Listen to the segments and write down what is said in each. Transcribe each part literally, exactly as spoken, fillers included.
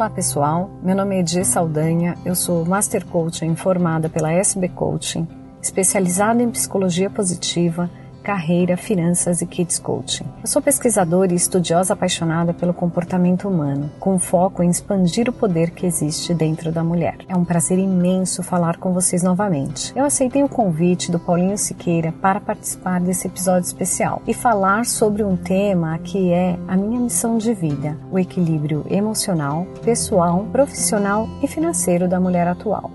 Olá pessoal, meu nome é Edi Saldanha, eu sou Master Coaching formada pela S B Coaching, especializada em psicologia positiva, carreira, finanças e kids coaching. Eu sou pesquisadora e estudiosa apaixonada pelo comportamento humano, com foco em expandir o poder que existe dentro da mulher. É um prazer imenso falar com vocês novamente. Eu aceitei o convite do Paulinho Siqueira para participar desse episódio especial e falar sobre um tema que é a minha missão de vida, o equilíbrio emocional, pessoal, profissional e financeiro da mulher atual.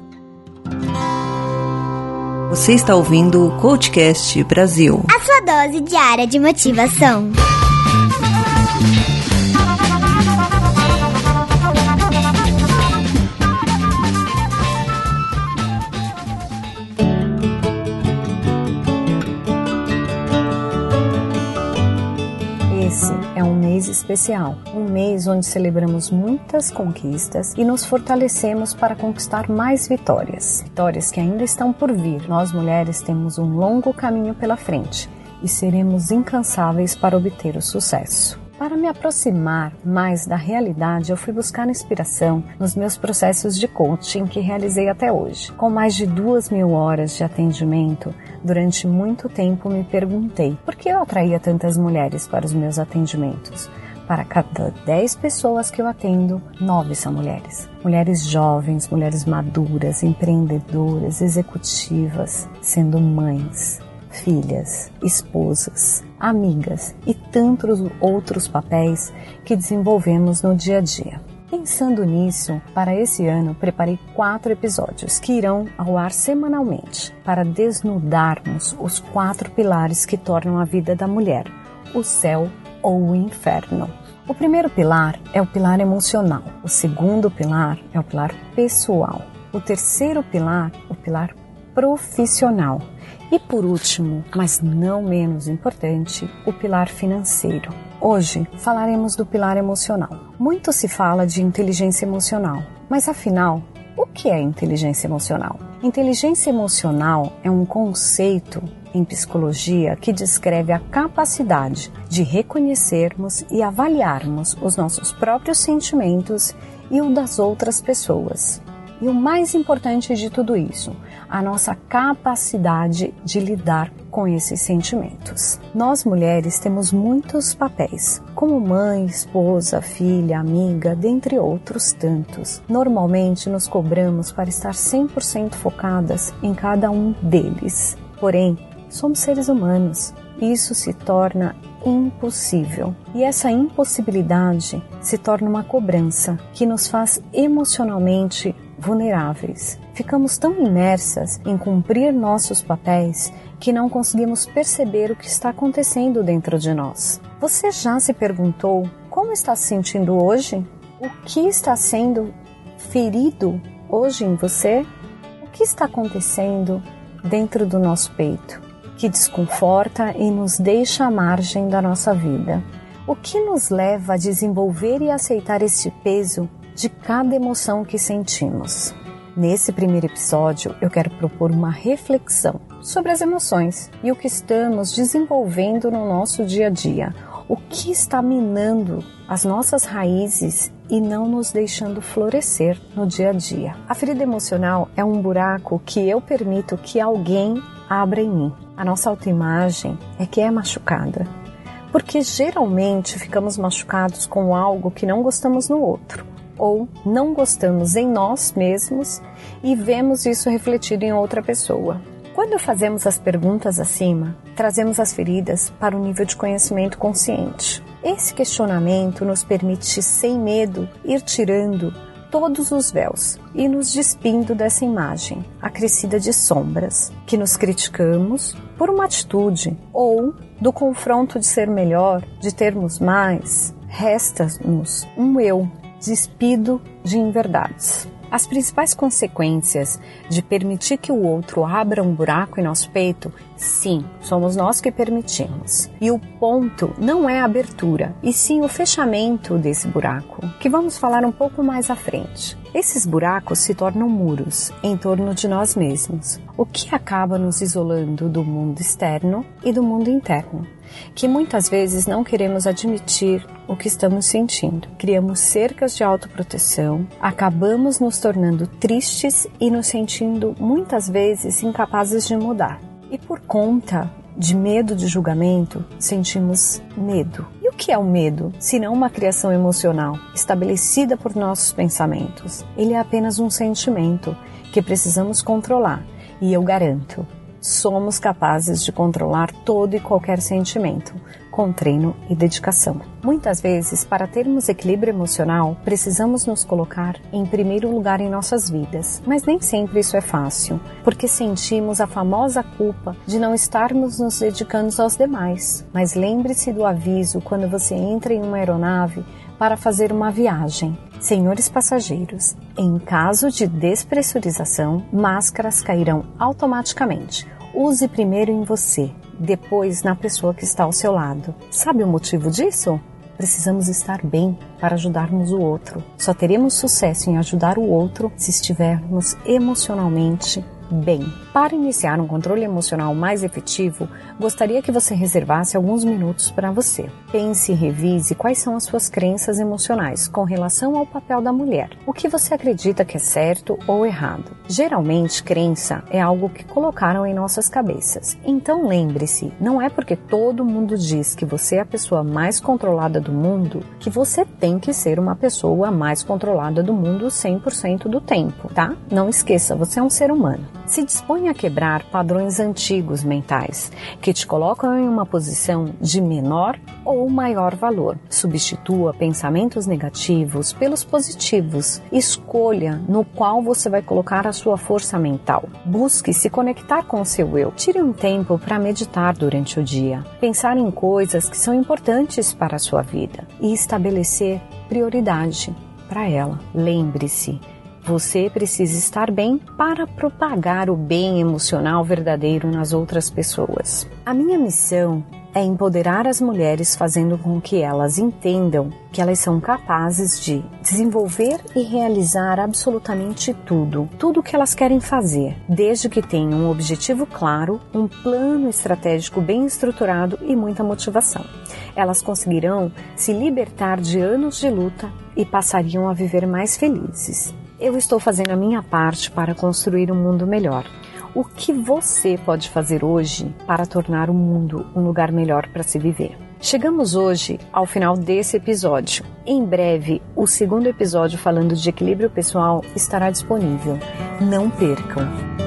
Você está ouvindo o CoachCast Brasil. A sua dose diária de motivação. Esse é um mês especial, um mês onde celebramos muitas conquistas e nos fortalecemos para conquistar mais vitórias. Vitórias que ainda estão por vir. Nós mulheres temos um longo caminho pela frente e seremos incansáveis para obter o sucesso. Para me aproximar mais da realidade, eu fui buscar inspiração nos meus processos de coaching que realizei até hoje. Com mais de duas mil horas de atendimento, durante muito tempo me perguntei por que eu atraía tantas mulheres para os meus atendimentos. Para cada dez pessoas que eu atendo, nove são mulheres. Mulheres jovens, mulheres maduras, empreendedoras, executivas, sendo mães, filhas, esposas, amigas e tantos outros papéis que desenvolvemos no dia a dia. Pensando nisso, para esse ano preparei quatro episódios que irão ao ar semanalmente para desnudarmos os quatro pilares que tornam a vida da mulher, o céu ou o inferno. O primeiro pilar é o pilar emocional, o segundo pilar é o pilar pessoal, o terceiro pilar, o pilar profissional e por último, mas não menos importante, o pilar financeiro. Hoje falaremos do pilar emocional. Muito se fala de inteligência emocional, mas afinal, o que é inteligência emocional? Inteligência emocional é um conceito em psicologia que descreve a capacidade de reconhecermos e avaliarmos os nossos próprios sentimentos e o das outras pessoas. E o mais importante de tudo isso, a nossa capacidade de lidar com esses sentimentos. Nós mulheres temos muitos papéis, como mãe, esposa, filha, amiga, dentre outros tantos. Normalmente nos cobramos para estar cem por cento focadas em cada um deles. Porém, somos seres humanos e isso se torna impossível. E essa impossibilidade se torna uma cobrança que nos faz emocionalmente vulneráveis. Ficamos tão imersas em cumprir nossos papéis que não conseguimos perceber o que está acontecendo dentro de nós. Você já se perguntou como está se sentindo hoje? O que está sendo ferido hoje em você? O que está acontecendo dentro do nosso peito que desconforta e nos deixa à margem da nossa vida? O que nos leva a desenvolver e aceitar este peso de cada emoção que sentimos? Nesse primeiro episódio, eu quero propor uma reflexão sobre as emoções e o que estamos desenvolvendo no nosso dia a dia. O que está minando as nossas raízes e não nos deixando florescer no dia a dia. A ferida emocional é um buraco que eu permito que alguém abra em mim. A nossa autoimagem é que é machucada, porque geralmente ficamos machucados com algo que não gostamos no outro, ou não gostamos em nós mesmos e vemos isso refletido em outra pessoa. Quando fazemos as perguntas acima, trazemos as feridas para o nível de conhecimento consciente. Esse questionamento nos permite, sem medo, ir tirando todos os véus e nos despindo dessa imagem acrescida de sombras, que nos criticamos por uma atitude ou do confronto de ser melhor, de termos mais. Resta-nos um eu despido de inverdades. As principais consequências de permitir que o outro abra um buraco em nosso peito, sim, somos nós que permitimos. E o ponto não é a abertura, e sim o fechamento desse buraco, que vamos falar um pouco mais à frente. Esses buracos se tornam muros em torno de nós mesmos, o que acaba nos isolando do mundo externo e do mundo interno. que muitas vezes não queremos admitir o que estamos sentindo. Criamos cercas de autoproteção, acabamos nos tornando tristes e nos sentindo muitas vezes incapazes de mudar. E por conta de medo de julgamento, sentimos medo. E o que é o medo, se não uma criação emocional estabelecida por nossos pensamentos? Ele é apenas um sentimento que precisamos controlar. E eu garanto, somos capazes de controlar todo e qualquer sentimento, com treino e dedicação. Muitas vezes, para termos equilíbrio emocional, precisamos nos colocar em primeiro lugar em nossas vidas. Mas nem sempre isso é fácil, porque sentimos a famosa culpa de não estarmos nos dedicando aos demais. Mas lembre-se do aviso quando você entra em uma aeronave para fazer uma viagem. Senhores passageiros, em caso de despressurização, máscaras cairão automaticamente. Use primeiro em você, depois na pessoa que está ao seu lado. Sabe o motivo disso? Precisamos estar bem para ajudarmos o outro. Só teremos sucesso em ajudar o outro se estivermos emocionalmente bem. Para iniciar um controle emocional mais efetivo, gostaria que você reservasse alguns minutos para você. Pense e revise quais são as suas crenças emocionais com relação ao papel da mulher. O que você acredita que é certo ou errado? Geralmente, crença é algo que colocaram em nossas cabeças. Então lembre-se, não é porque todo mundo diz que você é a pessoa mais controlada do mundo que você tem que ser uma pessoa mais controlada do mundo cem por cento do tempo, tá? Não esqueça, você é um ser humano. Se dispõe a quebrar padrões antigos mentais que te colocam em uma posição de menor ou maior valor. Substitua pensamentos negativos pelos positivos. Escolha no qual você vai colocar a sua força mental. Busque se conectar com o seu eu. Tire um tempo para meditar durante o dia. Pensar em coisas que são importantes para a sua vida e estabelecer prioridade para ela. Lembre-se, você precisa estar bem para propagar o bem emocional verdadeiro nas outras pessoas. A minha missão é empoderar as mulheres fazendo com que elas entendam que elas são capazes de desenvolver e realizar absolutamente tudo, tudo o que elas querem fazer, desde que tenham um objetivo claro, um plano estratégico bem estruturado e muita motivação. Elas conseguirão se libertar de anos de luta e passariam a viver mais felizes. Eu estou fazendo a minha parte para construir um mundo melhor. O que você pode fazer hoje para tornar o mundo um lugar melhor para se viver? Chegamos hoje ao final desse episódio. Em breve, o segundo episódio falando de equilíbrio pessoal estará disponível. Não percam!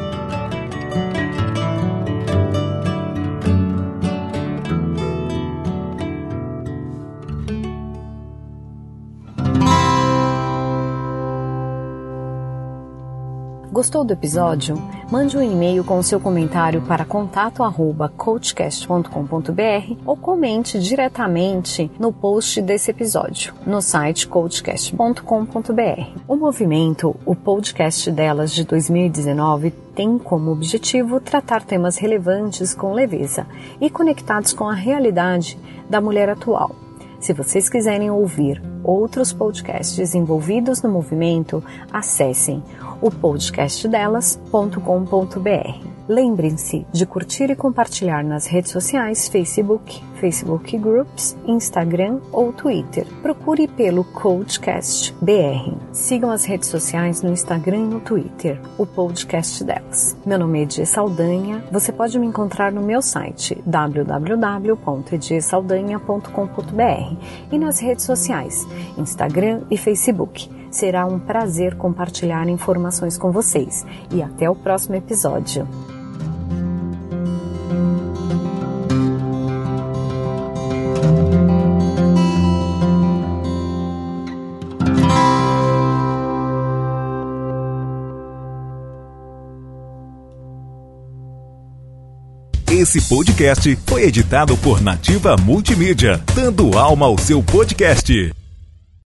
Gostou do episódio? Mande um e-mail com o seu comentário para contato arroba coachcast ponto com ponto b r ou comente diretamente no post desse episódio, no site coachcast ponto com ponto b r. O movimento, o podcast delas de dois mil e dezenove, tem como objetivo tratar temas relevantes com leveza e conectados com a realidade da mulher atual. Se vocês quiserem ouvir outros podcasts envolvidos no movimento, acessem o podcast delas ponto com ponto b r. Lembrem-se de curtir e compartilhar nas redes sociais Facebook, Facebook Groups, Instagram ou Twitter. Procure pelo Coachcast B R. Sigam as redes sociais no Instagram e no Twitter, o podcast delas. Meu nome é Edie Saldanha. Você pode me encontrar no meu site w w w ponto edie saldanha ponto com ponto b r e nas redes sociais, Instagram e Facebook. Será um prazer compartilhar informações com vocês. E até o próximo episódio. Esse podcast foi editado por Nativa Multimídia, dando alma ao seu podcast.